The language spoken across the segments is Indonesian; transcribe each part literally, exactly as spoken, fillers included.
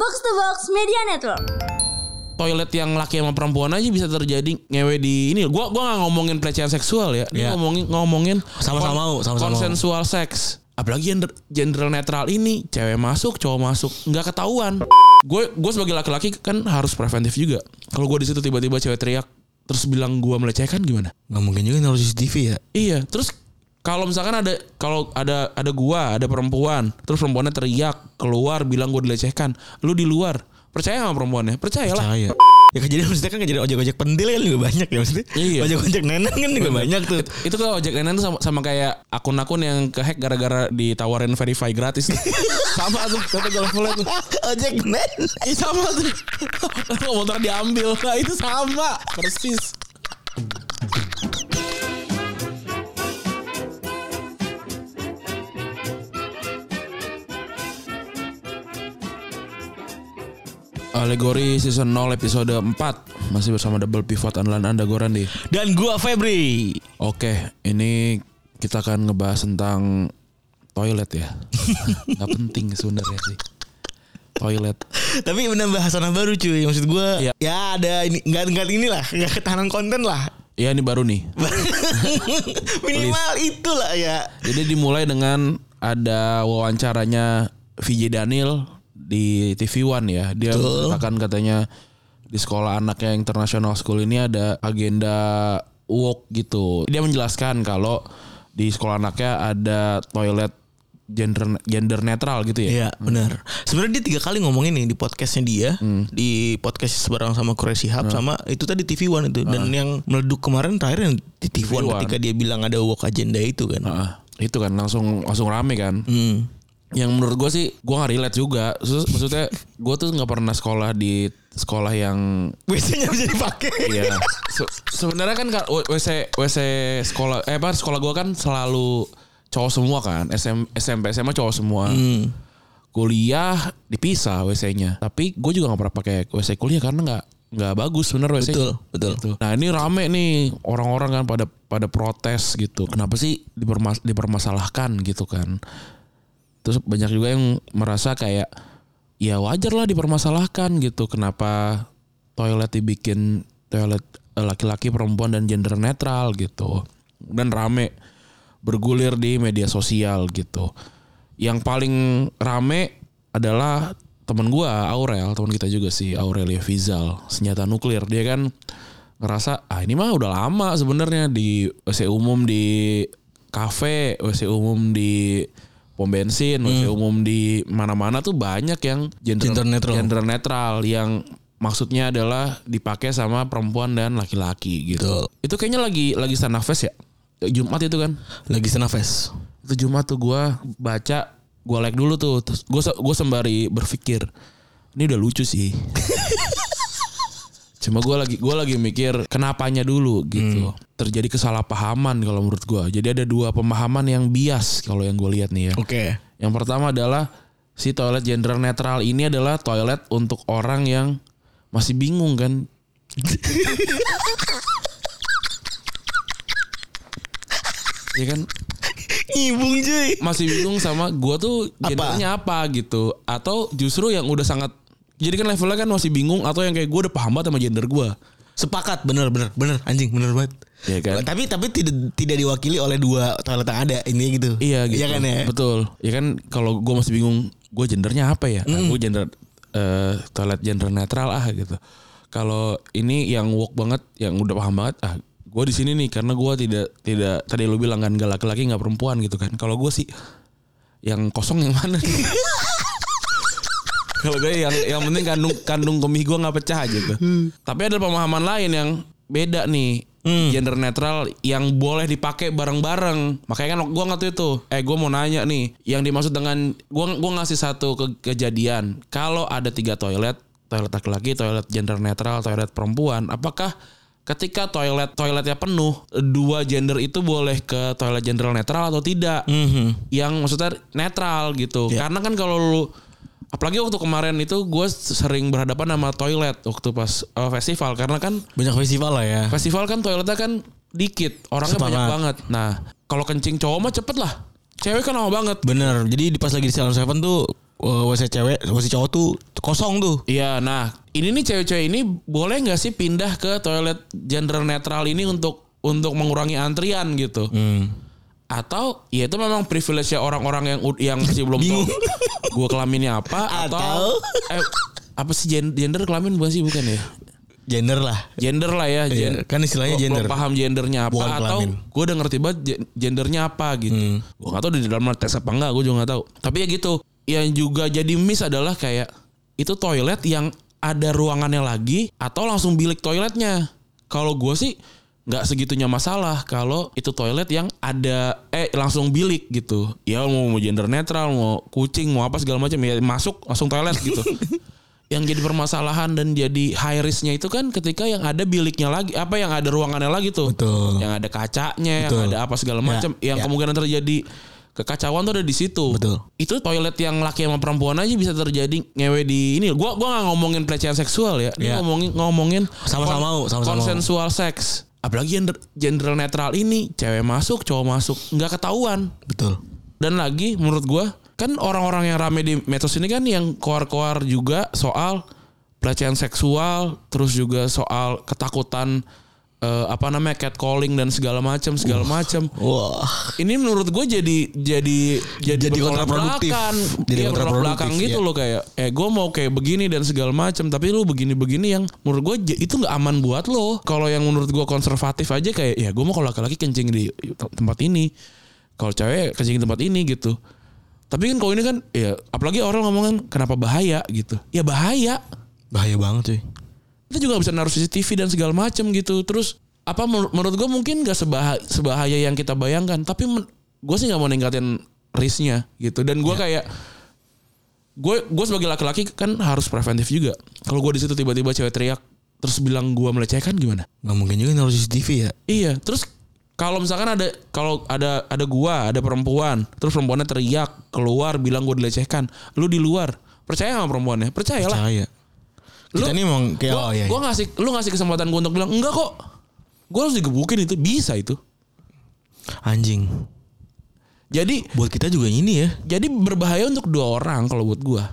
Box to Box Media Network. Toilet yang laki sama perempuan aja bisa terjadi ngewe di ini. Gua gua nggak ngomongin pelecehan seksual ya. Ini yeah. ngomongin ngomongin sama-sama mau, sama-sama konsensual seks. Apalagi gender, gender netral ini, cewek masuk, cowok masuk, nggak ketahuan. Gue gue sebagai laki-laki kan harus preventif juga. Kalau gue di situ tiba-tiba cewek teriak terus bilang gue melecehkan gimana? Nggak mungkin juga naruh C C T V ya. Iya. Terus kalau misalkan ada kalau ada ada gua, ada perempuan, terus perempuannya teriak keluar bilang gue dilecehkan, lu di luar percaya sama perempuannya? Percayalah. Percaya. Ya kejadian maksudnya kan kejadian ojek-ojek pentil kan juga banyak ya maksudnya. Iya. Ojek-ojek nenek kan juga banyak tuh. It, itu kan ojek nenek tuh sama, sama kayak akun-akun yang kehack gara-gara ditawarin verify gratis. Sama tuh kata gue levelnya tuh. Ojek nenek. Iya sama tuh. Kalau motor diambil, nah itu sama persis. Alegori season nol episode empat. Masih bersama double pivot andalan Anda Gorandi. Dan gua Febri. Oke, ini kita akan ngebahas tentang toilet ya. Gak penting sebenarnya sih. Toilet. Tapi benar bahasan baru cuy. Maksud gua ya, ya ada ini enggak enggak inilah, enggak ketahanan konten lah. Iya ini baru nih. Minimal itulah ya. Jadi dimulai dengan ada wawancaranya V J Daniel di T V One ya. Dia mengatakan katanya di sekolah anaknya international school ini ada agenda woke gitu. Dia menjelaskan kalau di sekolah anaknya ada toilet gender gender netral gitu ya. Iya benar. Sebenarnya dia tiga kali ngomongin nih di podcastnya dia, hmm. di podcast bareng sama Crazy Hub hmm. sama itu tadi T V One itu. Dan hmm. yang meleduk kemarin terakhir yang di T V One ketika dia bilang ada woke agenda itu kan. Uh, itu kan langsung langsung rame kan. Hmm. Yang menurut gue sih gue gak relate juga. Maksudnya gue tuh gak pernah sekolah di sekolah yang W C-nya bisa dipakai. Iya. Se- Sebenarnya kan W C W C sekolah eh apa sekolah gue kan selalu cowok semua kan. S M, S M P S M A cowok semua. Hmm. Kuliah dipisah W C-nya. Tapi gue juga gak pernah pakai W C kuliah karena gak nggak bagus bener W C-nya. Betul, betul. Gitu. Nah ini rame nih orang-orang kan pada pada protes gitu. Kenapa sih dipermas- dipermasalahkan gitu kan? Terus banyak juga yang merasa kayak ya wajar lah dipermasalahkan gitu. Kenapa toilet dibikin toilet laki-laki, perempuan dan gender netral gitu. Dan rame bergulir di media sosial gitu. Yang paling rame adalah teman gua Aurel, teman kita juga sih, Aurelia Fizal, senjata nuklir. Dia kan ngerasa ah ini mah udah lama sebenarnya di W C umum di kafe, W C umum di pom bensin, W C hmm. umum di mana-mana tuh banyak yang gender, gender netral. Gender netral yang maksudnya adalah dipakai sama perempuan dan laki-laki gitu. Tuh. Itu kayaknya lagi lagi Sanafest ya. Jumat itu kan. Lagi Sanafest. Itu Jumat tuh gue baca, gue like dulu tuh. Terus gue gue sembari berpikir, ini udah lucu sih. Cuma gue lagi gue lagi mikir kenapanya dulu gitu. Hmm. Terjadi kesalahpahaman kalau menurut gue. Jadi ada dua pemahaman yang bias kalau yang gue lihat nih ya. Oke. Okay. Yang pertama adalah si toilet gender netral ini adalah toilet untuk orang yang masih bingung kan. Ya kan. Ngibung cuy. Masih bingung sama gue tuh gendernya apa? apa gitu. Atau justru yang udah sangat, jadi kan levelnya kan masih bingung, atau yang kayak gue udah paham banget sama gender gue. Sepakat, bener bener bener anjing bener banget. Ya kan? Tapi tapi tidak tidak diwakili oleh dua toilet yang ada ini gitu. Iya gitu. Iya kan ya. Betul. Ya kan kalau gue masih bingung, gue gendernya apa ya? Nah, mm. gue gender uh, toilet gender netral ah gitu. Kalau ini yang woke banget, yang udah paham banget, ah gue di sini nih karena gue tidak tidak tadi lu bilang kan gak laki-laki nggak perempuan gitu kan. Kalau gue sih yang kosong yang mana? Kalau gue yang yang penting kandung kandung kemih gue nggak pecah aja tuh. Hmm. Tapi ada pemahaman lain yang beda nih. Hmm. Gender netral yang boleh dipakai bareng-bareng. Makanya kan gue nggak tahu itu. Eh gue mau nanya nih, yang dimaksud dengan gue gue ngasih satu ke, kejadian. Kalau ada tiga toilet, toilet laki-laki, toilet gender netral, toilet perempuan, apakah ketika toilet toiletnya penuh, dua gender itu boleh ke toilet gender netral atau tidak? Mm-hmm. Yang maksudnya netral gitu. Yeah. Karena kan kalau lu, apalagi waktu kemarin itu gue sering berhadapan sama toilet waktu pas uh, festival, karena kan banyak festival lah ya. Festival kan toiletnya kan dikit, orangnya Sepakat. banyak banget. Nah kalau kencing cowok mah cepet lah, cewek kan lama banget. Bener. Jadi pas lagi di Salon Seven tuh W C cewek, W C cowok tuh kosong tuh. Iya, nah ini nih cewek-cewek ini boleh nggak sih pindah ke toilet gender netral ini untuk untuk mengurangi antrian gitu? Hmm. Atau ya itu memang privilege orang-orang yang yang masih belum tahu gue kelaminnya apa atau, atau eh, apa sih gender kelamin bukan sih bukan ya? Gender lah. Gender lah ya. Iya, kan istilahnya gender. Belum paham gendernya apa bukan atau gue udah ngerti banget gendernya apa gitu. Hmm. Gue gak tahu di dalam tes apa enggak, gue juga gak tahu. Tapi ya gitu. Yang juga jadi miss adalah kayak itu toilet yang ada ruangannya lagi atau langsung bilik toiletnya. Kalau gue sih nggak segitunya masalah kalau itu toilet yang ada eh langsung bilik gitu. Ya mau mau gender netral, mau kucing, mau apa segala macam ya masuk langsung toilet gitu. Yang jadi permasalahan dan jadi high risknya itu kan ketika yang ada biliknya lagi, apa yang ada ruangannya lagi tuh. Betul. Yang ada kacanya, Betul. Yang ada apa segala macam, ya, yang ya. Kemungkinan terjadi kekacauan tuh ada di situ. Betul. Itu toilet yang laki sama perempuan aja bisa terjadi ngewe di ini. Gua gua enggak ngomongin pelecehan seksual ya. Ini ya. ngomongin ngomongin sama-sama mau, sama-sama konsensual seks. Apalagi gender, gender netral ini cewek masuk, cowok masuk, nggak ketahuan. Betul. Dan lagi menurut gua kan orang-orang yang rame di medsos ini kan yang koar-koar juga soal pelecehan seksual, terus juga soal ketakutan Uh, apa namanya catcalling dan segala macam segala uh, macam. Wah. Ini menurut gue jadi jadi jadi, jadi kontraproduktif. Jadi kontraproduktif belakang gitu ya. Loh kayak eh gue mau kayak begini dan segala macam tapi lu begini-begini yang menurut gue itu nggak aman buat lo. Kalau yang menurut gue konservatif aja kayak ya gue mau kalau laki-laki kencing di tempat ini. Kalau cewek kencing di tempat ini gitu. Tapi kan kalau ini kan ya apalagi orang ngomongin kenapa bahaya gitu. Ya bahaya. Bahaya banget cuy. Kita juga bisa naruh C C T V dan segala macam gitu. Terus apa menurut gue mungkin gak sebahaya, sebahaya yang kita bayangkan. Tapi men, gue sih gak mau ningkatin risknya gitu. Dan gue ya. kayak gue gue sebagai laki-laki kan harus preventif juga. Kalau gue di situ tiba-tiba cewek teriak terus bilang gue melecehkan gimana? Gak mungkin juga naruh C C T V ya. Iya. Terus kalau misalkan ada kalau ada ada gue ada perempuan terus perempuannya teriak keluar bilang gue dilecehkan, lu di luar percaya sama perempuannya? Percayalah. Percaya. Kita lu, nih emang kayak gua, oh iya. Gue ngasih lu ngasih kesempatan gue untuk bilang enggak kok. Gue harus digebukin itu bisa itu. Anjing. Jadi buat kita juga ini ya. Jadi berbahaya untuk dua orang kalau buat gue.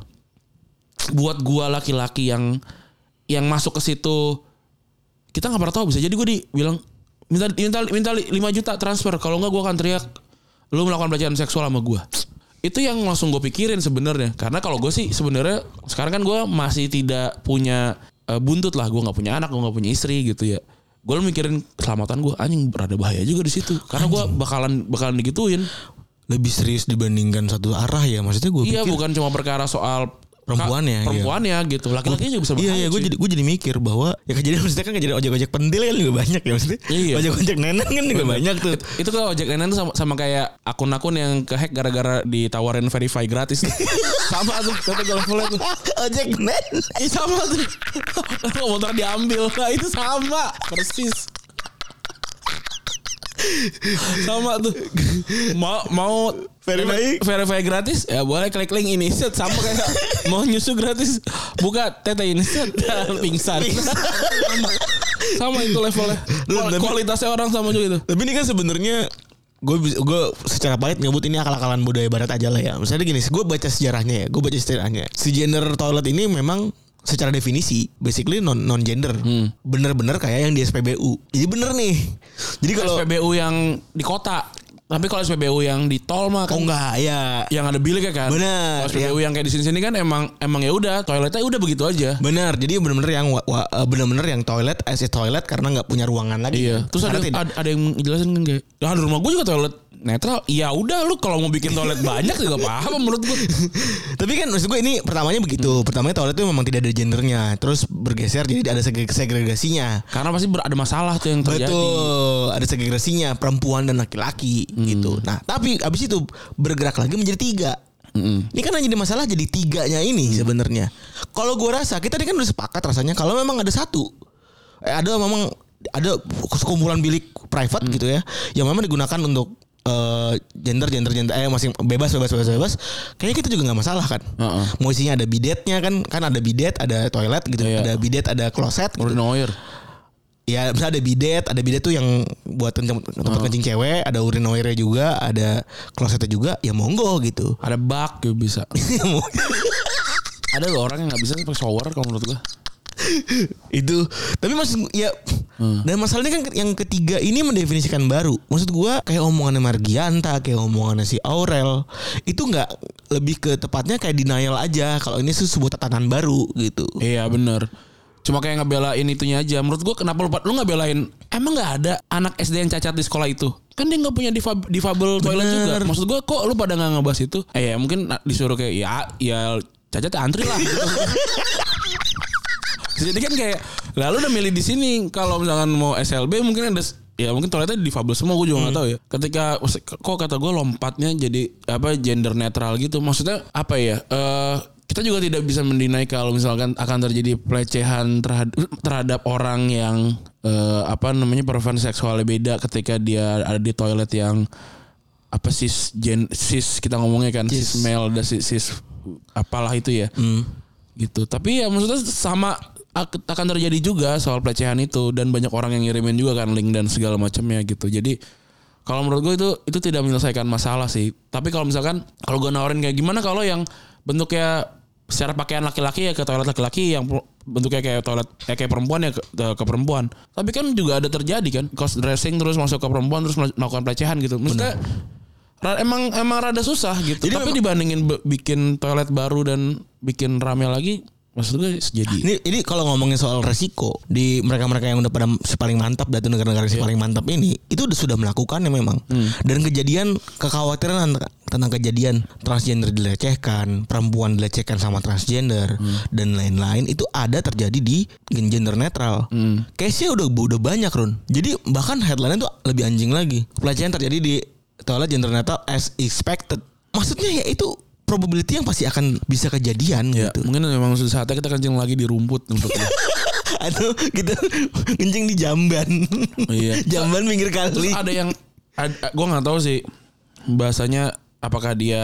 Buat gue laki-laki yang yang masuk ke situ kita nggak pernah tahu bisa jadi gue dibilang minta minta minta lima juta transfer kalau nggak gue akan teriak lu melakukan pelecehan seksual sama gue. Itu yang langsung gue pikirin sebenarnya. Karena kalau gue sih sebenarnya sekarang kan gue masih tidak punya uh, buntut lah. Gue nggak punya anak, gue nggak punya istri gitu ya. Gue mikirin keselamatan gue. Anjing berada bahaya juga di situ. Karena gue bakalan bakalan digituin. Lebih serius dibandingkan satu arah ya. Maksudnya gue iya, pikir. Iya bukan cuma perkara soal perempuannya, perempuannya iya. gitu. Laki-lakinya juga bisa bahaya. Iya, iya. Gue jadi gue jadi mikir bahwa ya kejadian maksudnya kan kejadian ojek-ojek pentil kan juga banyak ya maksudnya. Iya. Ojek-ojek nenek kan juga banyak tuh. Itu, itu kan ojek nenek tuh sama, sama kayak akun-akun yang kehack gara-gara ditawarin verify gratis. Sama tuh kata gue levelnya tuh. Ojek nenek. Iya sama tuh. Lalu motor diambil. Nah itu sama persis. Sama tuh. Mau mau verify verify gratis ya boleh klik link ini set sama kayak mau nyusu gratis buka tete ini set pingsan. sama, sama itu levelnya. Kualitasnya orang sama juga itu. Tapi ini kan sebenarnya gue gue secara pahit nyebut ini akal-akalan budaya barat aja lah ya. Misalnya gini, gue baca sejarahnya ya, gue baca sejarahnya. Si gender toilet ini memang secara definisi basically non non gender, hmm. bener-bener kayak yang di S P B U. Jadi bener nih. Jadi kalau S P B U yang di kota, tapi kalau S P B U yang di tol mah kan oh enggak ya, yang ada biliknya kan. Bener. Kalau S P B U ya. Yang kayak di sini-sini kan emang emang ya udah toiletnya udah begitu aja. Bener. Jadi bener-bener yang bener-bener yang toilet as a toilet karena nggak punya ruangan lagi. Iya. Terus ada, ada ada yang ngejelasin kan kayak, ya di rumah gue juga toilet netral. Ya udah lu kalau mau bikin toilet banyak juga paham menurut gue. Tapi kan maksud gue ini pertamanya begitu. Hmm. Pertamanya toilet itu memang tidak ada gendernya. Terus bergeser jadi ada segregasinya. Karena pasti ada masalah tuh yang terjadi. Betul. Ada segregasinya perempuan dan laki-laki hmm. gitu. Nah tapi abis itu bergerak lagi menjadi tiga. Hmm. Ini kan jadi masalah jadi tiganya ini hmm. sebenarnya. Kalau gue rasa kita ini kan udah sepakat rasanya kalau memang ada satu. Eh, ada memang ada sekumpulan bilik private hmm. gitu ya. Yang memang digunakan untuk Uh, gender gender gender eh masih bebas bebas bebas bebas kayaknya kita juga nggak masalah kan. Uh-uh. Mau isinya ada bidetnya kan kan ada bidet ada toilet gitu yeah. Ada bidet ada kloset gitu. Urinoir ya misalnya ada bidet, ada bidet tuh yang buat kencing, tempat oh. kencing cewek, ada urinoir juga, ada klosetnya juga, ya monggo gitu. Ada bak juga bisa. Ada loh orang yang nggak bisa pakai shower kalau menurut gua. Itu tapi maksud ya hmm. dan masalahnya kan yang ketiga ini mendefinisikan baru. Maksud gua kayak omongannya Margianta, kayak omongannya si Aurel itu nggak lebih ke tepatnya kayak denial aja kalau ini sebuah tatanan baru gitu. Iya benar. Cuma kayak ngebelain itunya aja. Menurut gua kenapa lu, lu nggak belain? Emang nggak ada anak S D yang cacat di sekolah itu? Kan dia nggak punya difab, difabel toilet juga. Maksud gua kok lu pada nggak ngebahas itu? Eh ya mungkin disuruh kayak ya ya cacat antri lah. Gitu. Jadi kan kayak lalu udah milih di sini kalau misalkan mau S L B mungkin ada ya mungkin toiletnya difabel semua gue juga nggak hmm. tahu ya. Ketika kok kata gue lompatnya jadi apa gender netral gitu. Maksudnya apa ya? Uh, kita juga tidak bisa mendinai kalau misalkan akan terjadi pelecehan terhadap terhadap orang yang uh, apa namanya preferensi seksualnya beda ketika dia ada di toilet yang apa cis gen cis kita ngomongnya kan cis, cis male dan cis, cis apalah itu ya. Hmm. Gitu. Tapi ya maksudnya sama akan terjadi juga soal pelecehan itu dan banyak orang yang ngirimin juga kan link dan segala macamnya gitu. Jadi kalau menurut gue itu itu tidak menyelesaikan masalah sih. Tapi kalau misalkan kalau gue nawarin kayak gimana kalau yang bentuknya secara pakaian laki-laki ya ke toilet laki-laki, yang bentuknya kayak toilet eh, kayak perempuan ya ke, ke perempuan. Tapi kan juga ada terjadi kan cross dressing terus masuk ke perempuan terus melakukan pelecehan gitu. Maksudnya Bener. emang emang rada susah gitu. Jadi tapi memang, dibandingin b- bikin toilet baru dan bikin rame lagi, maksud gue sejadi. Ini, ini kalau ngomongin soal resiko di mereka-mereka yang udah pada paling mantap dari negara-negara yang yeah. paling mantap ini, itu udah sudah melakukannya memang. Hmm. Dan kejadian kekhawatiran tentang kejadian transgender dilecehkan, perempuan dilecehkan sama transgender hmm. dan lain-lain itu ada terjadi di gender netral. Hmm. Case-nya udah udah banyak Run. Jadi bahkan headline-nya tuh lebih anjing lagi. Pelecehan terjadi di toilet gender netral as expected. Maksudnya ya itu probability yang pasti akan bisa kejadian ya, gitu. Mungkin memang sudah saatnya kita kencing lagi di rumput untuk atau kita kencing di jamban. Oh, iya. Jamban pinggir kali. Terus ada yang gue nggak tahu sih bahasanya apakah dia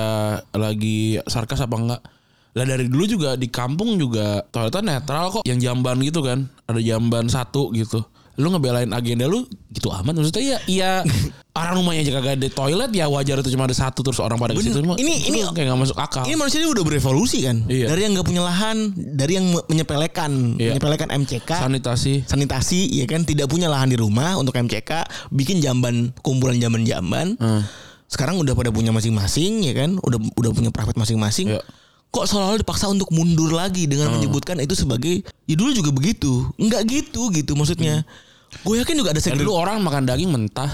lagi sarkas apa enggak. Lah dari dulu juga di kampung juga toiletnya netral kok, yang jamban gitu kan. Ada jamban satu gitu. Lu ngebelain agenda lu gitu amat, maksudnya ya ya orang rumahnya aja kagak ada toilet ya wajar itu cuma ada satu terus orang pada ke situ. Ini ini kayak enggak masuk akal. Ini manusia ini udah berevolusi kan. Iya. Dari yang enggak punya lahan, dari yang menyepelekan, iya. menyepelekan M C K, sanitasi. Sanitasi ya kan, tidak punya lahan di rumah untuk M C K, bikin jamban, kumpulan jamban-jamban. Hmm. Sekarang udah pada punya masing-masing ya kan, udah udah punya private masing-masing. Iya. Kok seolah-olah dipaksa untuk mundur lagi dengan hmm. menyebutkan itu sebagai ya dulu juga begitu. Enggak gitu gitu maksudnya. Hmm. Gue yakin juga ada segregasi. Dulu orang makan daging mentah.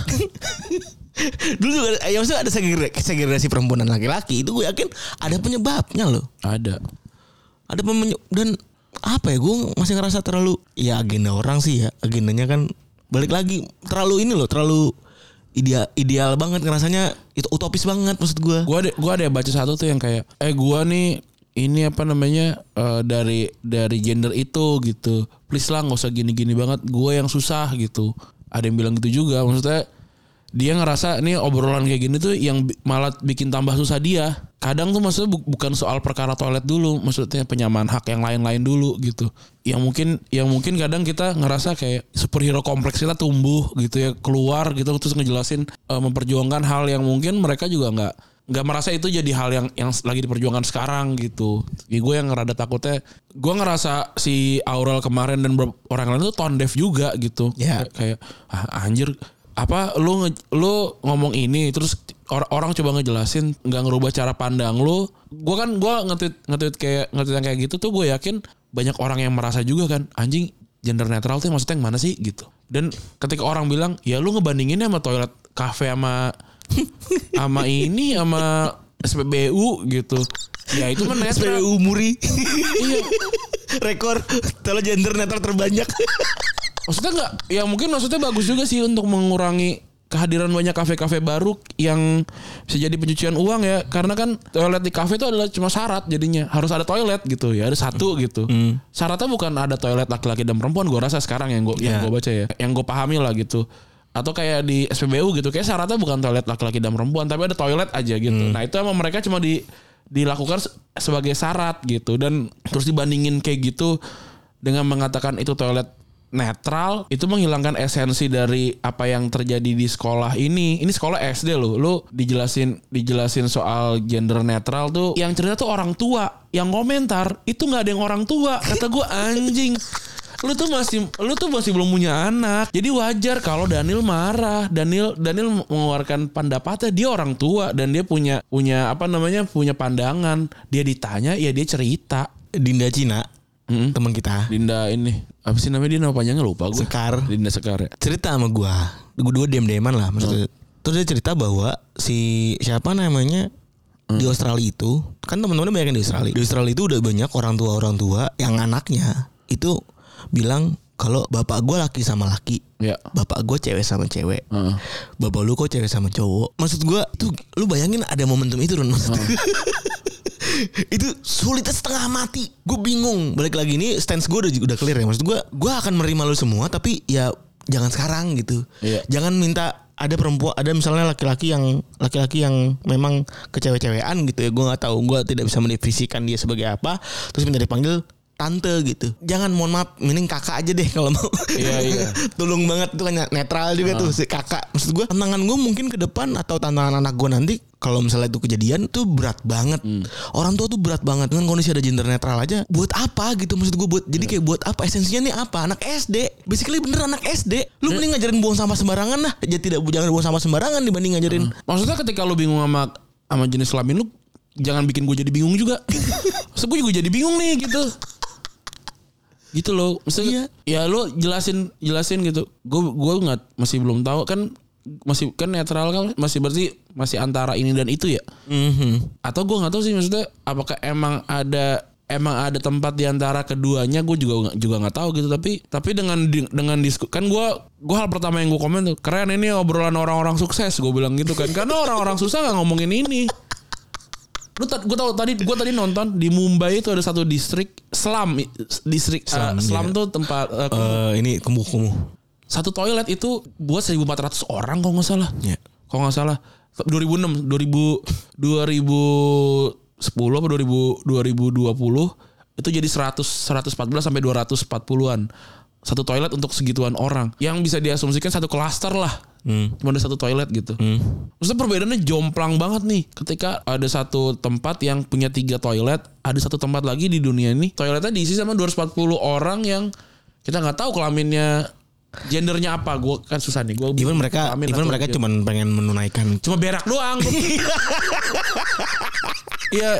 Dulu juga ya maksudnya ada segregasi, segregasi perempuan dan laki-laki. Itu gue yakin ada penyebabnya loh. Ada. Ada penyebab dan apa ya, gue masih ngerasa terlalu ya agenda orang sih ya. Agendanya kan balik lagi terlalu ini loh, terlalu ideal ideal banget ngerasanya, itu utopis banget maksud gue. Gue ada gue ada baca satu tuh yang kayak eh gue nih ini apa namanya uh, dari dari gender itu gitu, please lah nggak usah gini-gini banget, gue yang susah gitu. Ada yang bilang gitu juga, maksudnya dia ngerasa nih obrolan kayak gini tuh yang malah bikin tambah susah dia. Kadang tuh maksudnya bu- bukan soal perkara toilet dulu, maksudnya penyamaan hak yang lain-lain dulu gitu. Yang mungkin yang mungkin kadang kita ngerasa kayak superhero kompleks kita tumbuh gitu ya, keluar gitu terus ngejelasin uh, memperjuangkan hal yang mungkin mereka juga nggak nggak merasa itu jadi hal yang yang lagi diperjuangkan sekarang gitu. Ya gue yang rada takutnya, gue ngerasa si Aurel kemarin dan orang lain tuh tone deaf juga gitu. Yeah. Kayak ah, anjir apa lu nge, lu ngomong ini terus or, orang coba ngejelasin nggak ngerubah cara pandang lu. Gue kan gue nge-tweet nge-tweet kayak nge-tweet yang kayak gitu tuh gue yakin banyak orang yang merasa juga kan anjing gender netral tuh maksudnya yang mana sih gitu. Dan ketika orang bilang ya lu ngebandinginnya sama toilet kafe sama sama ini sama S P B U gitu. Ya itu kan S P B U Muri. Iya. Rekor kalau gender netral terbanyak. Maksudnya enggak, ya mungkin maksudnya bagus juga sih untuk mengurangi kehadiran banyak kafe-kafe baru yang bisa jadi pencucian uang ya. Karena kan toilet di kafe itu adalah cuma syarat jadinya. Harus ada toilet gitu ya, ada satu gitu. Hmm. Syaratnya bukan ada toilet laki-laki dan perempuan, gue rasa sekarang yang gue yeah. yang gue baca ya. Yang gue pahami lah gitu. Atau kayak di S P B U gitu, kayak syaratnya bukan toilet laki-laki dan perempuan, tapi ada toilet aja gitu. Hmm. Nah itu emang mereka cuma di dilakukan sebagai syarat gitu. Dan terus dibandingin kayak gitu dengan mengatakan itu toilet netral itu menghilangkan esensi dari apa yang terjadi di sekolah ini. Ini sekolah S D loh. Lu dijelasin dijelasin soal gender netral tuh yang cerita tuh orang tua. Yang komentar itu nggak ada yang orang tua. Kata gue anjing. Lu tuh masih lu tuh masih belum punya anak. Jadi wajar kalau Daniel marah. Daniel Daniel mengeluarkan pendapatnya, dia orang tua dan dia punya punya apa namanya? punya pandangan. Dia ditanya, ya dia cerita. Dinda Cina, mm-hmm. teman kita. Dinda ini. Apa sih namanya dia, nama panjangnya lupa gue. Sekar. Dinda Sekar ya. Cerita sama gua. Gua dua dem-deman lah maksudnya. Hmm. Terus dia cerita bahwa si siapa namanya hmm. di Australia itu, kan teman-temannya banyak yang di Australia. Di Australia itu udah banyak orang tua-orang tua yang anaknya itu bilang kalau bapak gue laki sama laki, ya. Bapak gue cewek sama cewek, uh. bapak lu kok cewek sama cowok. Maksud gue tuh, lu bayangin ada momentum itu Ron. Maksud uh. itu sulitnya setengah mati. Gue bingung. Balik lagi ini stance gue udah udah clear ya. Maksud gue, gue akan menerima lu semua, tapi ya jangan sekarang gitu. Yeah. Jangan minta ada perempuan, ada misalnya laki-laki yang laki-laki yang memang kecewek-cewekan gitu ya. Gue nggak tahu, gue tidak bisa mendefinisikan dia sebagai apa. Terus minta dipanggil tante gitu. Jangan, mohon maaf, mending kakak aja deh kalau mau. Iya iya. Tolong banget tuh kan netral juga uh. tuh si kakak. Maksud gue tantangan gue mungkin ke depan atau tantangan anak gue nanti kalau misalnya itu kejadian tuh berat banget. Hmm. Orang tua tuh berat banget dengan kondisi ada gender netral aja. Buat apa gitu maksud gue buat. Jadi kayak buat apa, esensinya nih apa? Anak S D. Basically bener anak S D. Lu mending ngajarin buang sampah sembarangan lah. Jadi tidak jangan buang sampah sembarangan dibanding ngajarin. Hmm. Maksudnya ketika lu bingung sama sama jenis kelamin lu, jangan bikin gue jadi bingung juga. Maksud gue juga jadi bingung nih gitu. Gitu loh, maksudnya iya. Ya lo jelasin jelasin gitu. Gue gue nggak, masih belum tahu kan, masih kan netral kan, masih berarti masih antara ini dan itu ya. Mm-hmm. Atau gue nggak tahu sih maksudnya apakah emang ada emang ada tempat di antara keduanya. Gue juga juga nggak tahu gitu. Tapi tapi dengan dengan disku kan gue gue hal pertama yang gue komen tuh, keren ini obrolan orang-orang sukses, gue bilang gitu kan. Karena orang-orang susah nggak ngomongin ini. Lu gue tahu tadi gue tadi nonton di Mumbai itu ada satu distrik slum, distrik slum, uh, slum iya. Tuh tempat uh, uh, ini kumuh-kumuh. Satu toilet itu buat seribu empat ratus orang kalau nggak salah. Yeah. Kalau nggak salah dua ribu enam, dua ribu sepuluh apa dua ribu dua puluh itu jadi seratus, seratus empat belas sampai dua ratus empat puluhan. Satu toilet untuk segituan orang. Yang bisa diasumsikan satu klaster lah. Hmm. Cuma ada satu toilet gitu. Hmm. Maksudnya perbedaannya jomplang banget nih. Ketika ada satu tempat yang punya tiga toilet, ada satu tempat lagi di dunia ini toiletnya diisi sama dua ratus empat puluh orang yang kita nggak tahu kelaminnya, gendernya apa. Gue kan susah nih. Gue even mereka, even mereka cuma pengen menunaikan, cuma berak doang. Iya.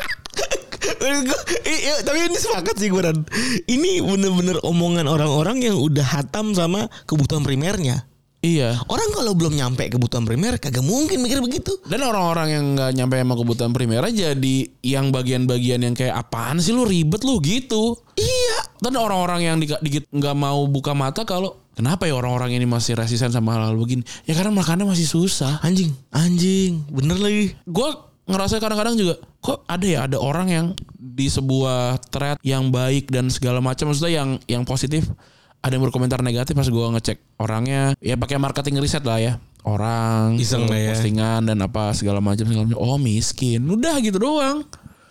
Iya, tapi ini sepakat sih gue Ran. Ini bener-bener omongan orang-orang yang udah hatam sama kebutuhan primernya. Iya. Orang kalau belum nyampe kebutuhan primer kagak mungkin mikir begitu. Dan orang-orang yang nggak nyampe sama kebutuhan primer aja di yang bagian-bagian yang kayak apaan sih lu ribet lu gitu. Iya. Dan orang-orang yang dikit nggak mau buka mata kalau kenapa ya orang-orang ini masih resisten sama hal-hal begini? Ya karena makannya masih susah. Anjing, anjing, bener lagi. Gue ngerasa kadang-kadang juga kok ada ya ada orang yang di sebuah thread yang baik dan segala macam, maksudnya yang yang positif, ada yang berkomentar negatif. Pas gue ngecek orangnya ya pakai marketing riset lah ya, orang iseng lah ya, postingan dan apa segala macam segala macam. Oh miskin, udah gitu doang.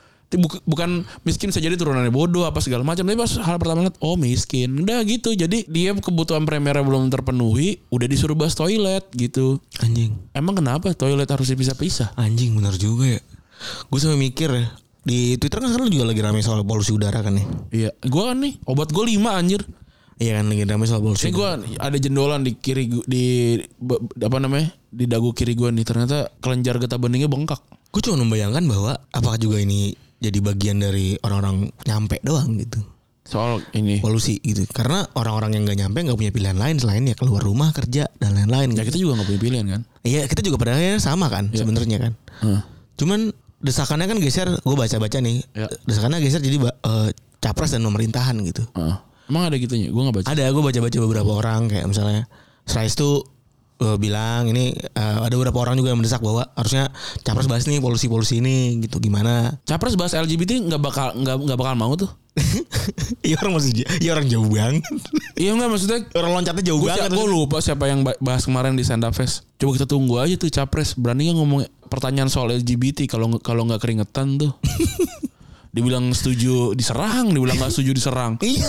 Bukan miskin bisa jadi turunannya bodoh apa segala macam, tapi pas hal pertama lihat oh miskin, udah gitu. Jadi dia kebutuhan primernya belum terpenuhi, udah disuruh bahas toilet gitu. Anjing. Emang kenapa toilet harus dipisah-pisah? Anjing, benar juga ya. Gue sampai mikir ya, di Twitter kan sekarang juga lagi ramai soal polusi udara kan ya. Iya, gue kan nih obat gue lima anjir. Iya kan lagi ramai soal polusi. Ini gue ada jendolan di kiri di apa namanya di dagu kiri gue nih, ternyata kelenjar getah beningnya bengkak. Gue cuma membayangkan bahwa apakah juga ini jadi bagian dari orang-orang nyampe doang gitu soal ini polusi gitu, karena orang-orang yang nggak nyampe nggak punya pilihan lain selain ya keluar rumah kerja dan lain-lain. Ya gitu. Kita juga nggak punya pilihan kan. Iya, kita juga pada akhirnya sama kan ya. Sebenarnya kan hmm. Cuman desakannya kan geser, gue baca-baca nih ya. Desakannya geser jadi uh, capres dan pemerintahan gitu. uh. Emang ada gitunya? Gue nggak baca. Ada, gue baca-baca beberapa orang kayak misalnya Srais tuh uh, bilang ini uh, ada beberapa orang juga yang mendesak bahwa harusnya capres bahas nih polusi-polusi ini gitu, gimana. Capres bahas L G B T nggak bakal nggak nggak bakal mau tuh. Iya orang masih, iya orang jauh banget. Iya nggak, maksudnya orang loncatnya jauh gua, banget. Gue lupa siapa yang bahas kemarin di Stand Up Fest. Coba kita tunggu aja tuh capres berani nggak ngomong pertanyaan soal L G B T kalau kalau nggak keringetan tuh. Dibilang setuju diserang, dibilang nggak setuju diserang. Iya.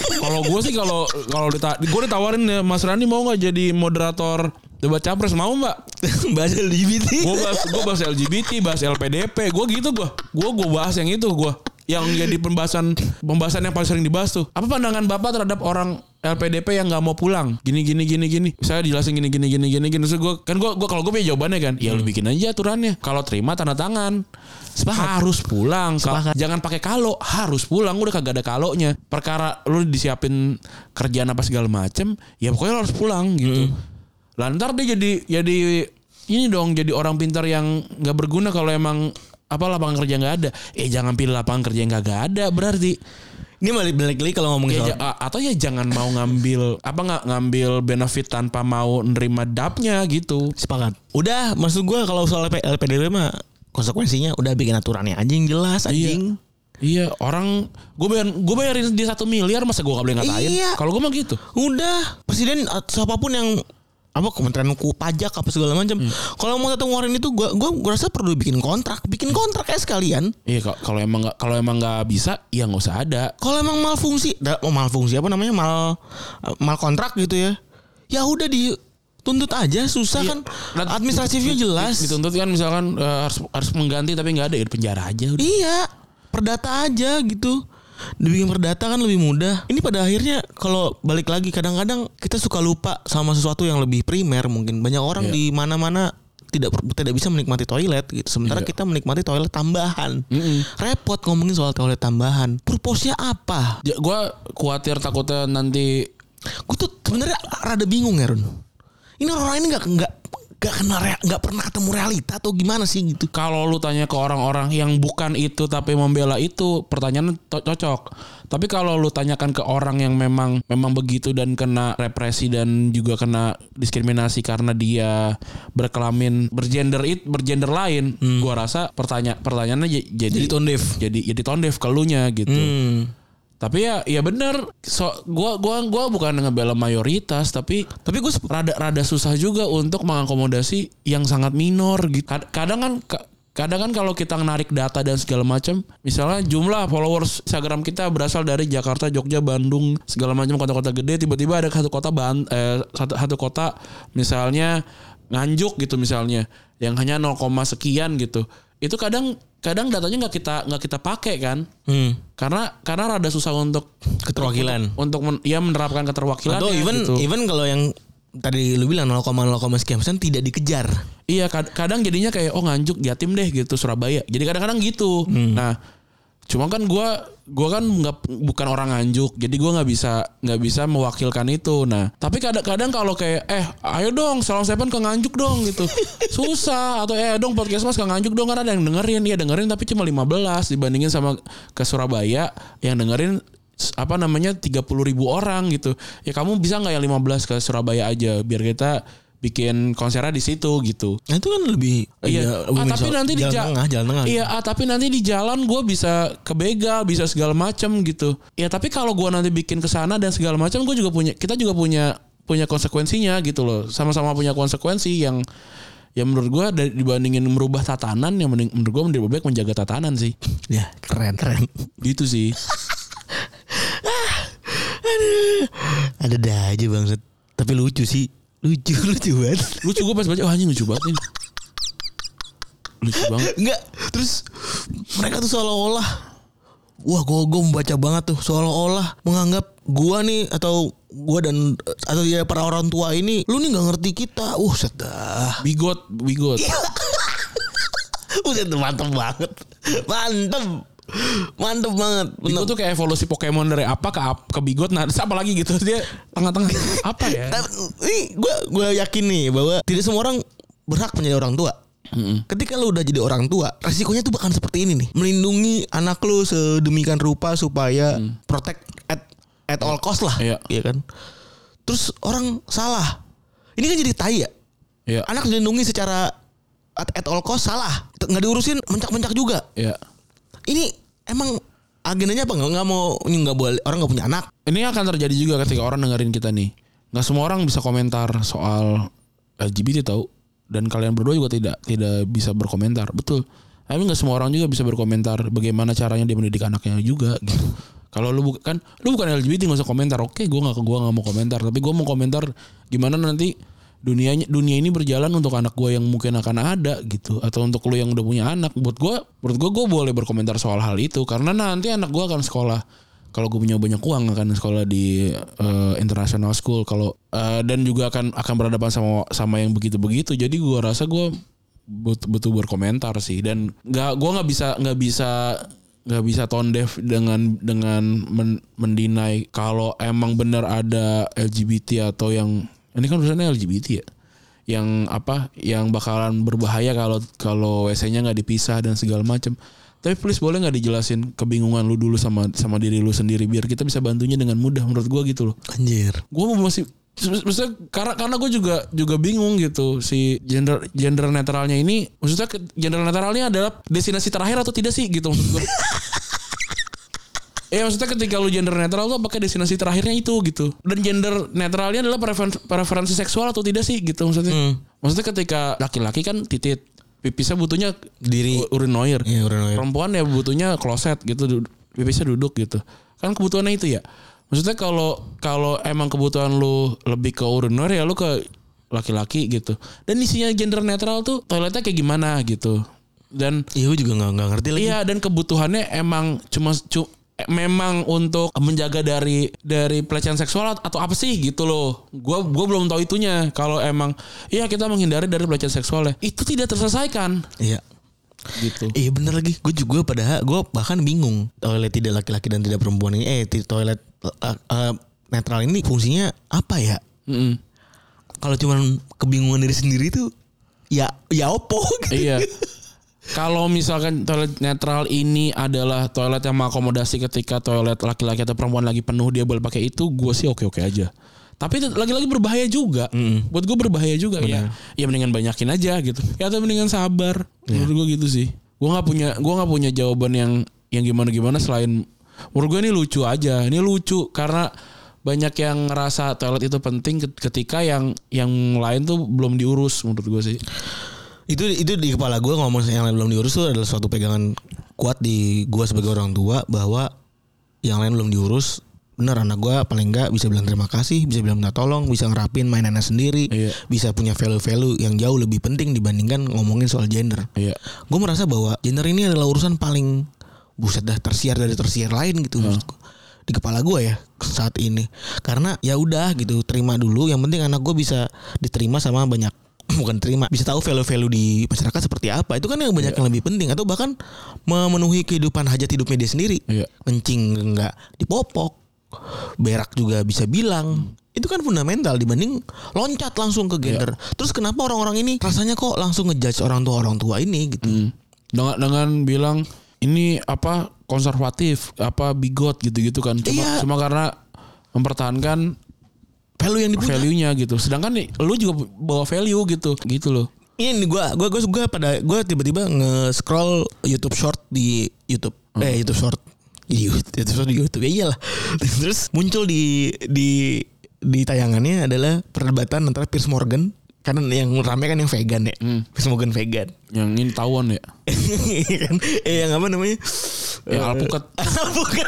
Kalau gue sih kalau kalau dita, gue ditawarin ya Mas Rani mau nggak jadi moderator debat capres, mau mbak? Bahas L G B T. Gue bahas gue bahas L G B T, bahas L P D P, gue gitu gue. Gue gue bahas yang itu gue. Yang jadi pembahasan pembahasan yang paling sering dibahas tuh. Apa pandangan Bapak terhadap orang L P D P yang nggak mau pulang? Gini gini gini gini. Saya jelasin gini gini gini gini gini. So, gue kan gue gue kalau gue punya jawabannya kan. Ya lu bikin aja aturannya. Kalau terima tanda tangan. Sepakat. Harus pulang. Sepakat. Jangan pakai kalau. Harus pulang. Udah kagak ada kalonya. Perkara lu disiapin kerjaan apa segala macem. Ya pokoknya lu harus pulang gitu. Hmm. Lah ntar dia jadi jadi ini dong, jadi orang pintar yang nggak berguna kalau emang apa lapangan kerja nggak ada. Eh jangan pilih lapangan kerja yang nggak ada berarti. Ini balik lagi kalau ngomongin ya, soal ja, atau ya jangan mau ngambil apa nggak ngambil benefit tanpa mau nerima dapnya gitu. Sepakat. Udah, maksud gue kalau soal L P D P mah konsekuensinya udah bikin aturannya anjing jelas anjing. Iya, iya orang gue bayar gue bayarin dia satu miliar masa gue nggak boleh ngatain. Iya. Kalau gue mah gitu. Udah, presiden siapapun yang apa kementerian ku pajak apa segala macam. Hmm. Kalau mau datang ngeluarin itu gua gua gua rasa perlu bikin kontrak, bikin kontrak kayak sekalian. Iya, kalau emang nggak kalau emang nggak bisa ya nggak usah ada. Kalau emang malfungsi, mau malfungsi apa namanya mal mal kontrak gitu ya. Ya udah dituntut aja, susah iya. Kan administratifnya jelas. Dituntut kan misalkan uh, harus harus mengganti tapi nggak ada ya penjara aja. Udah. Iya, perdata aja gitu. Dibikin perdata kan lebih mudah. Ini pada akhirnya kalau balik lagi kadang-kadang kita suka lupa sama sesuatu yang lebih primer mungkin. Banyak orang yeah. di mana-mana tidak tidak bisa menikmati toilet gitu. Sementara yeah. kita menikmati toilet tambahan. Mm-mm. Repot ngomongin soal toilet tambahan. Purpose-nya apa? Ya, gue khawatir takutnya nanti. Gue tuh sebenarnya rada bingung ya Run. Ini orang-orang ini nggak nggak Gak kenal, gak pernah ketemu realita atau gimana sih gitu. Kalau lu tanya ke orang-orang yang bukan itu tapi membela itu, pertanyaan to- cocok. Tapi kalau lu tanyakan ke orang yang memang memang begitu dan kena represi dan juga kena diskriminasi karena dia berkelamin bergender it bergender lain, hmm. gua rasa pertanya pertanyaannya j- jadi jadi tondef. Jadi jadi tondef ke lunya gitu. Hmm. Tapi ya ya benar, so gua gua gua bukan ngebela mayoritas tapi tapi gue rada rada susah juga untuk mengakomodasi yang sangat minor gitu. Kadang kan kadang kan kalau kita narik data dan segala macam, misalnya jumlah followers Instagram kita berasal dari Jakarta, Jogja, Bandung, segala macam kota-kota gede, tiba-tiba ada satu kota ban eh, satu satu kota misalnya Nganjuk gitu misalnya yang hanya nol, sekian gitu. Itu kadang kadang datanya nggak kita nggak kita pakai kan, hmm. karena karena rada susah untuk keterwakilan untuk, untuk men, ya menerapkan keterwakilan atau even gitu. Even kalau yang tadi lu bilang nol koma nol sekian persen tidak dikejar, iya kadang jadinya kayak oh Nganjuk Jatim deh gitu Surabaya, jadi kadang-kadang gitu. hmm. Nah cuma kan gue gue kan nggak bukan orang Nganjuk, jadi gue nggak bisa nggak bisa mewakilkan itu. Nah tapi kadang-kadang kalau kayak eh ayo dong Salon Seven ke Nganjuk dong gitu susah, atau eh dong podcast mas ke Nganjuk dong karena ada yang dengerin, ya dengerin tapi cuma lima belas dibandingin sama ke Surabaya yang dengerin apa namanya tiga puluh ribu orang gitu. Ya kamu bisa nggak ya lima belas ke Surabaya aja biar kita bikin konsernya di situ gitu. Nah, itu kan lebih iya. Ah, tapi nanti di jalan tengah, jalan tengah. Iya, ah, tapi nanti di jalan gue bisa kebegal, bisa segala macam gitu. Ya tapi kalau gue nanti bikin kesana dan segala macam, gue juga punya, kita juga punya punya konsekuensinya gitu loh. Sama-sama punya konsekuensi yang yang menurut gue dibandingin merubah tatanan, yang menurut gue lebih baik menjaga tatanan sih. Ya keren keren. Gitu sih. Aduh, ada dah aja bangsat. Tapi lucu sih. Lucu lucu banget. Lucu gue pas baca wah anjing lucu banget ini. Lucu banget. Enggak. Terus mereka tuh seolah-olah wah gue gue membaca banget tuh seolah-olah menganggap gua nih atau gua dan atau ya para orang tua ini lu nih nggak ngerti kita. Uh sedah. Bigot bigot. Udah mantep banget. Mantep. Mantep banget. Bigot tuh kayak evolusi Pokemon dari apa ke apa, ke Bigot. Nah, apa lagi gitu dia tengah-tengah apa ya? Ini gue gue yakin nih bahwa tidak semua orang berhak menjadi orang tua. Mm-hmm. Ketika lu udah jadi orang tua, resikonya tuh bakal seperti ini nih. Melindungi anak lu sedemikian rupa supaya mm. protect at at all cost lah, iya yeah. kan? Terus orang salah. Ini kan jadi tai ya. Yeah. Anak dilindungi secara at, at all cost salah. Nggak diurusin mencak-mencak juga. Iya. Yeah. Ini emang agendanya apa nggak nggak mau ini nggak boleh orang nggak punya anak. Ini akan terjadi juga ketika orang dengerin kita nih. Nggak semua orang bisa komentar soal L G B T tahu, dan kalian berdua juga tidak tidak bisa berkomentar, betul. Tapi nggak semua orang juga bisa berkomentar bagaimana caranya dia mendidik anaknya juga gitu. Kalau lu bukan lu bukan L G B T nggak usah komentar. Oke, gue nggak gue nggak mau komentar. Tapi gue mau komentar gimana nanti dunianya dunia ini berjalan untuk anak gue yang mungkin akan ada gitu. Atau untuk lu yang udah punya anak. Buat gue, menurut gue gue boleh berkomentar soal hal itu karena nanti anak gue akan sekolah. Kalau gue punya banyak uang akan sekolah di uh, international school. Kalau uh, dan juga akan akan berhadapan sama sama yang begitu-begitu. Jadi gue rasa gue betul, betul berkomentar sih. Dan nggak gue nggak bisa nggak bisa nggak bisa tone deaf dengan dengan men, mendinai kalau emang benar ada L G B T atau yang ini kan urusannya L G B T ya, yang apa yang bakalan berbahaya kalau kalau W C-nya nggak dipisah dan segala macam. Tapi please boleh nggak dijelasin kebingungan lu dulu sama sama diri lu sendiri biar kita bisa bantunya dengan mudah menurut gue gitu loh. Anjir. Gue masih maksudnya karena karena gue juga juga bingung gitu si gender gender netralnya ini, maksudnya gender netralnya adalah destinasi terakhir atau tidak sih gitu maksud gue. Eh maksudnya ketika lu gender netral tuh apakah destinasi terakhirnya itu gitu. Dan gender netralnya adalah preferensi, preferensi seksual atau tidak sih gitu maksudnya. Hmm. Maksudnya ketika laki-laki kan titit, pipisnya butuhnya diri urinoir. Iya, urinoir. Perempuan ya butuhnya kloset gitu, pipisnya duduk gitu. Kan kebutuhannya itu ya. Maksudnya kalau kalau emang kebutuhan lu lebih ke urinoir ya lu ke laki-laki gitu. Dan isinya gender netral tuh toiletnya kayak gimana gitu. Dan iya gue juga nggak nggak ngerti lagi. Iya, dan kebutuhannya emang cuma cu, memang untuk menjaga dari dari pelecehan seksual atau apa sih gitu loh. Gua gua belum tahu itunya. Kalau emang iya kita menghindari dari pelecehan seksual ya, itu tidak terselesaikan. Iya. Gitu. Iya bener lagi. Gue juga padahal gue bahkan bingung toilet tidak laki-laki dan tidak perempuan ini eh toilet uh, uh, netral ini fungsinya apa ya? Mm-hmm. Kalau cuman kebingungan diri sendiri tuh ya ya opo gitu. Iya. Kalau misalkan toilet netral ini adalah toilet yang mengakomodasi ketika toilet laki-laki atau perempuan lagi penuh dia boleh pakai itu, gue sih oke-oke aja. Tapi lagi-lagi berbahaya juga. Mm. Buat gue berbahaya juga. Bener. Ya. Ya mendingan banyakin aja gitu. Ya atau mendingan sabar. Yeah. Menurut gue gitu sih. Gue nggak punya gue nggak punya jawaban yang yang gimana-gimana selain menurut gue ini lucu aja. Ini lucu karena banyak yang ngerasa toilet itu penting ketika yang yang lain tuh belum diurus menurut gue sih. Itu itu di kepala gue ngomong yang lain belum diurus tuh adalah suatu pegangan kuat di gue sebagai orang tua bahwa yang lain belum diurus. Bener, anak gue paling enggak bisa bilang terima kasih, bisa bilang minta tolong, bisa ngerapin mainannya sendiri, iya. Bisa punya value-value yang jauh lebih penting dibandingkan ngomongin soal gender. Iya. Gue merasa bahwa gender ini adalah urusan paling buset dah tersier dari tersier lain gitu. Hmm. Di kepala gue ya saat ini. Karena ya udah gitu, terima dulu. Yang penting anak gue bisa diterima sama banyak, bukan terima, bisa tahu value-value di masyarakat seperti apa. Itu kan yang banyak yeah. yang lebih penting. Atau bahkan memenuhi kehidupan hajat hidupnya dia sendiri. Yeah. Kencing enggak dipopok, berak juga bisa bilang. Itu kan fundamental dibanding loncat langsung ke gender. Yeah. Terus kenapa orang-orang ini rasanya kok langsung ngejudge orang tua orang tua ini gitu? Mm. Dengan dengan bilang ini apa konservatif, apa bigot gitu-gitu kan. Cuma yeah. cuma karena mempertahankan value yang dipunya, value-nya gitu. Sedangkan nih, lu juga bawa value gitu, gitu loh. Ini gue, gue, gue, gue pada, gue tiba-tiba nge-scroll YouTube Short di YouTube, hmm. eh YouTube Short, YouTube Short di YouTube, ya iyalah. Terus muncul di di di tayangannya adalah perdebatan antara Piers Morgan, karena yang rame kan yang vegan ya, hmm. Piers Morgan vegan. Yang ini tawon ya. Kan, eh yang apa namanya? Yang uh, alpukat. Alpukat.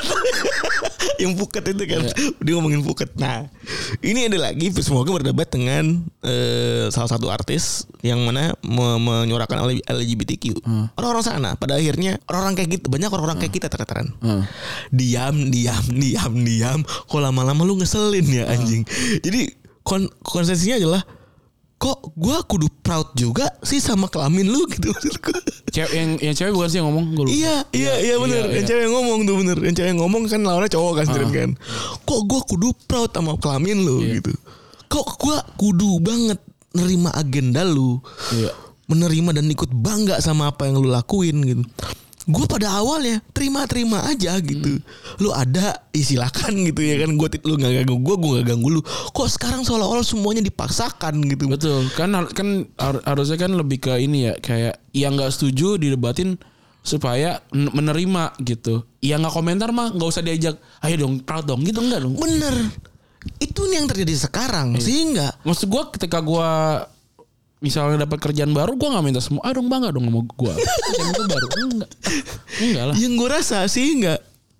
Yang puket itu kan. Yeah. Dia ngomongin puket. Nah, ini ada lagi Piers Morgan berdebat dengan uh, salah satu artis yang mana me- menyuarakan L G B T Q. Hmm. Orang-orang sana pada akhirnya orang-orang kayak gitu, banyak orang-orang hmm. kayak kita ternyata. Hmm. Diam, diam, diam, diam. Kok lama-lama lu ngeselin ya anjing. Hmm. Jadi kon- konsensusnya adalah kok gue kudu proud juga sih sama kelamin lu gitu maksud gue. Cewek yang yang cewek bukan sih yang ngomong gue lupa. Iya iya iya benar. Iya, yang iya. cewek yang ngomong tuh bener. Yang cewek yang ngomong kan lawannya cowok kan sendiri uh. kan. Kok gue kudu proud sama kelamin lu iya. gitu. Kok gue kudu banget nerima agenda lu. Iya. Menerima dan ikut bangga sama apa yang lu lakuin gitu. Gue pada awalnya terima-terima aja gitu. Hmm. Lu ada silakan gitu ya kan. Gue lu gak ganggu gue, gue gak ganggu lu. Kok sekarang seolah-olah semuanya dipaksakan gitu. Betul. Kan kan harusnya kan lebih ke ini ya, kayak yang gak setuju didebatin supaya menerima gitu. Yang gak komentar mah gak usah diajak, ayo dong proud dong gitu, enggak dong. Bener. Itu nih yang terjadi sekarang. Eh. Sehingga maksud gue ketika gue misalnya dapat kerjaan baru, gue nggak minta semua, ah dong bangga dong sama gue. Kerjaan itu baru, enggak, enggak lah. Yang gue rasa sih enggak,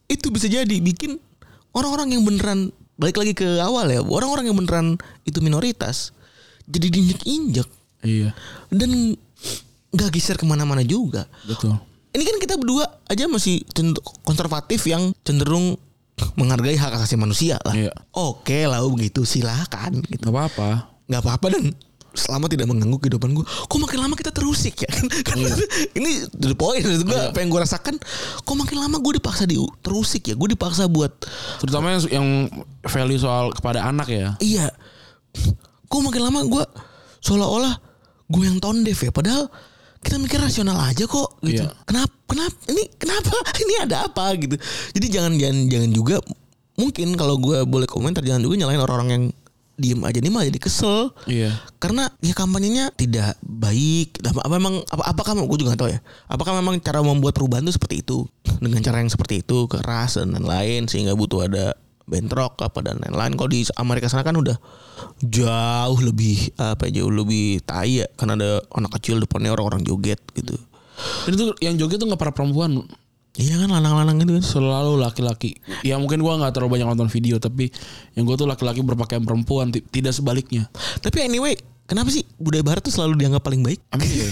itu bisa jadi bikin orang-orang yang beneran balik lagi ke awal ya, orang-orang yang beneran itu minoritas jadi diinjek-injek. Iya. Dan nggak geser kemana-mana juga. Betul. Ini kan kita berdua aja masih konservatif yang cenderung menghargai hak asasi manusia lah. Iya. Oke lah begitu, silakan. Gitu. Gak apa-apa. Gak apa-apa dan selama tidak mengganggu kehidupan gue. Kok makin lama kita terusik ya kan? Iya. Ini the point gue. Iya. Apa yang gue rasakan? Kok makin lama gue dipaksa di terusik ya? Gue dipaksa buat. Terutama yang, yang value soal kepada anak ya. Iya. Kok makin lama gue seolah-olah gue yang tone deaf ya. Padahal kita mikir rasional aja kok gitu. Iya. Kenapa? Kenapa? Ini kenapa? Ini ada apa gitu. Jadi jangan jangan jangan juga mungkin kalau gue boleh komentar jangan juga nyalain orang-orang yang diem aja nih malah jadi kesel. Iya. Karena ya kampanyenya tidak baik. Apa, apa memang apa apakah gue juga gak tahu ya. Apakah memang cara membuat perubahan itu seperti itu dengan cara yang seperti itu keras dan lain-lain sehingga butuh ada bentrok apa dan lain-lain. Kalau di Amerika sana kan udah jauh lebih apa jauh lebih tai ya karena ada anak kecil depannya orang-orang joget gitu. Dan itu yang joget tuh nggak para perempuan. Iya kan lanang-lanang itu kan selalu laki-laki. Ya mungkin gue nggak terlalu banyak nonton video tapi yang gue tuh laki-laki berpakaian perempuan t- tidak sebaliknya. Tapi anyway kenapa sih budaya barat tuh selalu dianggap paling baik? Amin ya.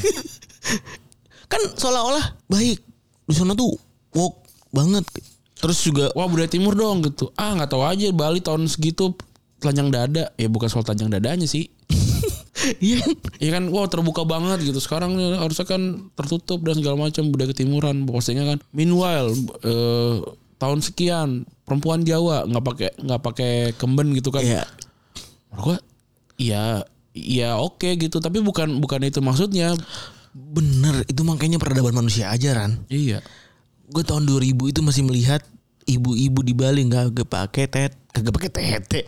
Kan seolah-olah baik di sana tuh woke banget. Terus juga wah budaya timur dong gitu. Ah nggak tahu aja Bali tahun segitu telanjang dada. Ya bukan soal telanjang dadanya sih. Iya Iya kan wah terbuka banget gitu. Sekarang harusnya kan tertutup dan segala macam budaya ketimuran. Postingnya kan meanwhile eh, tahun sekian perempuan Jawa nggak pakai nggak pakai kemben gitu kan. Iya. Menurut gua iya iya oke okay, gitu tapi bukan bukan itu maksudnya. Bener itu makanya peradaban manusia aja Ran. Iya. Gue tahun dua ribu itu masih melihat ibu-ibu di Bali nggak pakai tet, kagak pakai tete,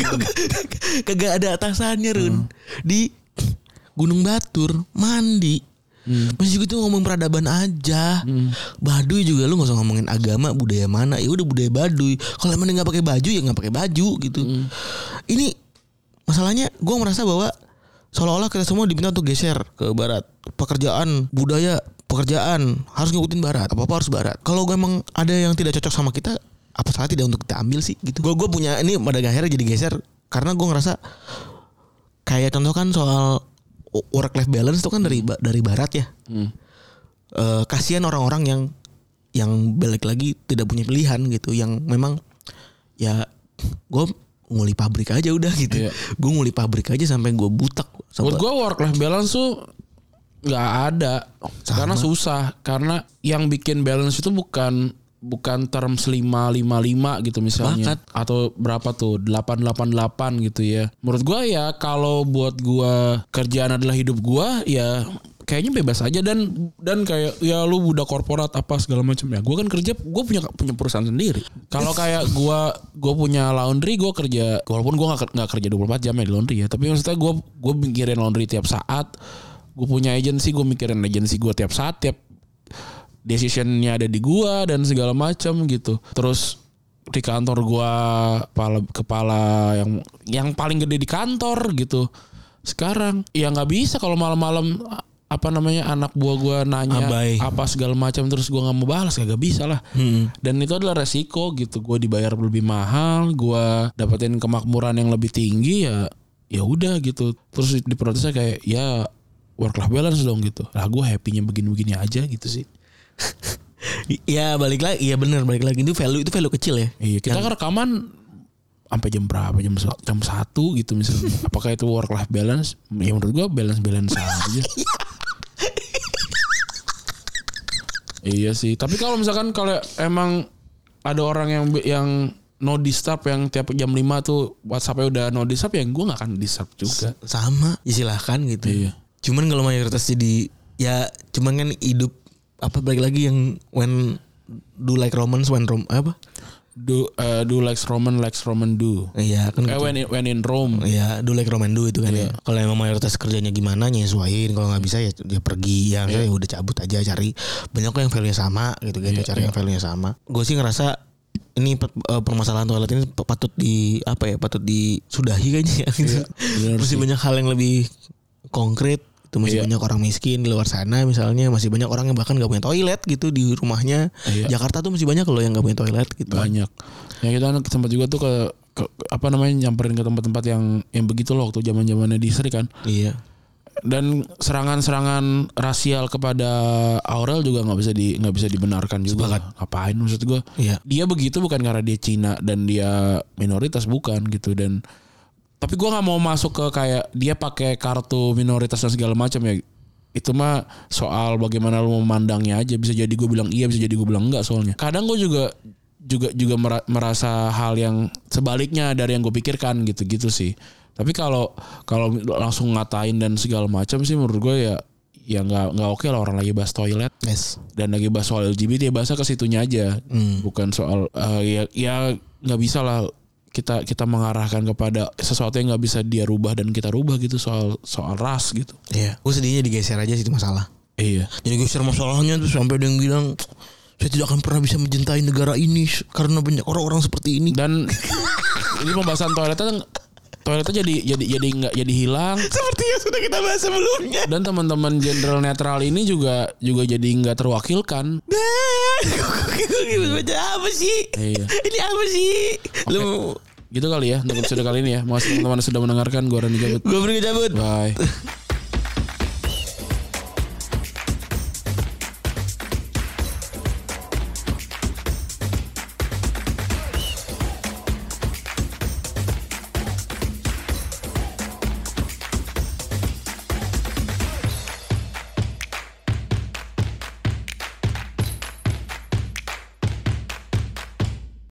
kagak ada atasannya Run. Hmm. Di Gunung Batur mandi, hmm. masih gitu ngomong peradaban aja. Hmm. Baduy juga lu nggak usah ngomongin agama budaya mana, ya udah budaya Baduy. Kalau emang nggak pakai baju ya nggak pakai baju gitu. Hmm. Ini masalahnya gue merasa bahwa seolah-olah kita semua diminta untuk geser ke barat. Pekerjaan, budaya, pekerjaan harus ngikutin barat. Apa-apa harus barat. Kalau gue emang ada yang tidak cocok sama kita, apa salah tidak untuk kita ambil sih gitu. Gue gue punya ini pada akhirnya jadi geser karena gue ngerasa kayak contoh kan soal work life balance itu kan dari dari barat ya. Hmm. E, kasihan orang-orang yang yang balik lagi tidak punya pilihan gitu, yang memang ya gue nguli pabrik aja udah gitu. Iya. Gue nguli pabrik aja sampai gue butak. Buat gue work life balance tuh nggak ada. Sama. Karena susah. Karena yang bikin balance itu bukan bukan terms lima lima lima gitu misalnya. Bakat. Atau berapa tuh delapan delapan delapan gitu ya. Menurut gue ya kalau buat gue kerjaan adalah hidup gue ya kayaknya bebas aja dan dan kayak ya lu budak korporat apa segala macam ya. Gue kan kerja, gue punya punya perusahaan sendiri. Kalau kayak gue gue punya laundry, gue kerja walaupun gue nggak nggak kerja dua puluh empat jam ya di laundry ya. Tapi maksudnya gue gue mikirin laundry tiap saat. Gue punya agensi, gue mikirin agensi gue tiap saat, tiap decisionnya ada di gue dan segala macam gitu. Terus di kantor gue kepala kepala yang yang paling gede di kantor gitu. Sekarang ya nggak bisa kalau malam-malam apa namanya anak buah gue nanya Abai. apa segala macam terus gue nggak mau balas, kagak bisa lah. Hmm. Dan itu adalah resiko gitu. Gue dibayar lebih mahal, gue dapetin kemakmuran yang lebih tinggi ya. Ya udah gitu. Terus diprotesnya kayak ya work life balance dong gitu. Lah gue happy-nya begini-begini aja gitu sih. Ya balik lagi, iya benar balik lagi itu value itu value kecil ya. Iya kita kan rekaman sampai jam berapa jam jam satu gitu misalnya. Apakah itu work life balance? Ya menurut gue balance balance aja. Iya sih. Tapi kalau misalkan kalau emang ada orang yang yang no disturb yang tiap jam lima tuh WhatsApp-nya udah no disturb ya gue gak akan disturb juga. Sama, ya silahkan gitu. Iya. Cuman kalau mayoritas jadi ya cuman kan hidup apa balik lagi yang when do like romance when rom apa? Do uh, do like Roman like Roman do. Iya kan. Eh, gitu. when in, when in Rome. Iya, do like Roman do itu kan yeah. Ya. Kalau emang mayoritas kerjanya gimana nyesuaiin, kalau nggak bisa ya dia pergi ya, yeah. Ya udah cabut aja cari. Banyak kok yang value-nya sama gitu kan, yeah, cari yeah. yang value-nya sama. Gue sih ngerasa ini permasalahan toilet ini patut di apa ya? Patut disudahi kayaknya ya. Gitu. Yeah, mesti banyak hal yang lebih konkret Itu masih Iya. banyak orang miskin di luar sana misalnya, masih banyak orang yang bahkan nggak punya toilet gitu di rumahnya. Iya. Jakarta tuh masih banyak loh yang nggak punya toilet gitu. Banyak. Ya kita sempat juga tuh ke, ke apa namanya nyamperin ke tempat-tempat yang yang begitu loh waktu zaman-zamannya di Sri kan. Iya. Dan serangan-serangan rasial kepada Aurel juga nggak bisa di nggak bisa dibenarkan juga. Sepakat. Ngapain maksud gue? Iya. Dia begitu bukan karena dia Cina dan dia minoritas, bukan gitu. Dan tapi gue nggak mau masuk ke kayak dia pakai kartu minoritas dan segala macam ya. Itu mah soal bagaimana lu memandangnya aja. Bisa jadi gue bilang iya, bisa jadi gue bilang enggak soalnya. Kadang gue juga juga juga merasa hal yang sebaliknya dari yang gue pikirkan gitu-gitu sih. Tapi kalau kalau langsung ngatain dan segala macam sih menurut gue ya ya nggak nggak oke lah, orang lagi bahas toilet. Yes. Dan lagi bahas soal L G B T ya bahasa ke situnya aja. Hmm. Bukan soal uh, ya ya nggak bisa lah kita kita mengarahkan kepada sesuatu yang nggak bisa dia rubah dan kita rubah gitu soal soal ras gitu. Iya. Gue sedihnya digeser aja sih itu masalah. Iya. Jadi geser masalahnya tuh sampai ada yang bilang saya tidak akan pernah bisa mencintai negara ini karena banyak orang-orang seperti ini. Dan ini pembahasan toiletnya toiletnya jadi jadi jadi nggak jadi hilang. Seperti yang sudah kita bahas sebelumnya. Dan teman-teman jenderal netral ini juga juga jadi nggak terwakilkan. Gue baca apa sih? Iya. Ini apa sih? Lu Gitu kali ya untuk episode kali ini ya. Makasih teman-teman sudah mendengarkan. Gue Randy cabut. gue pergi cabut. Bye.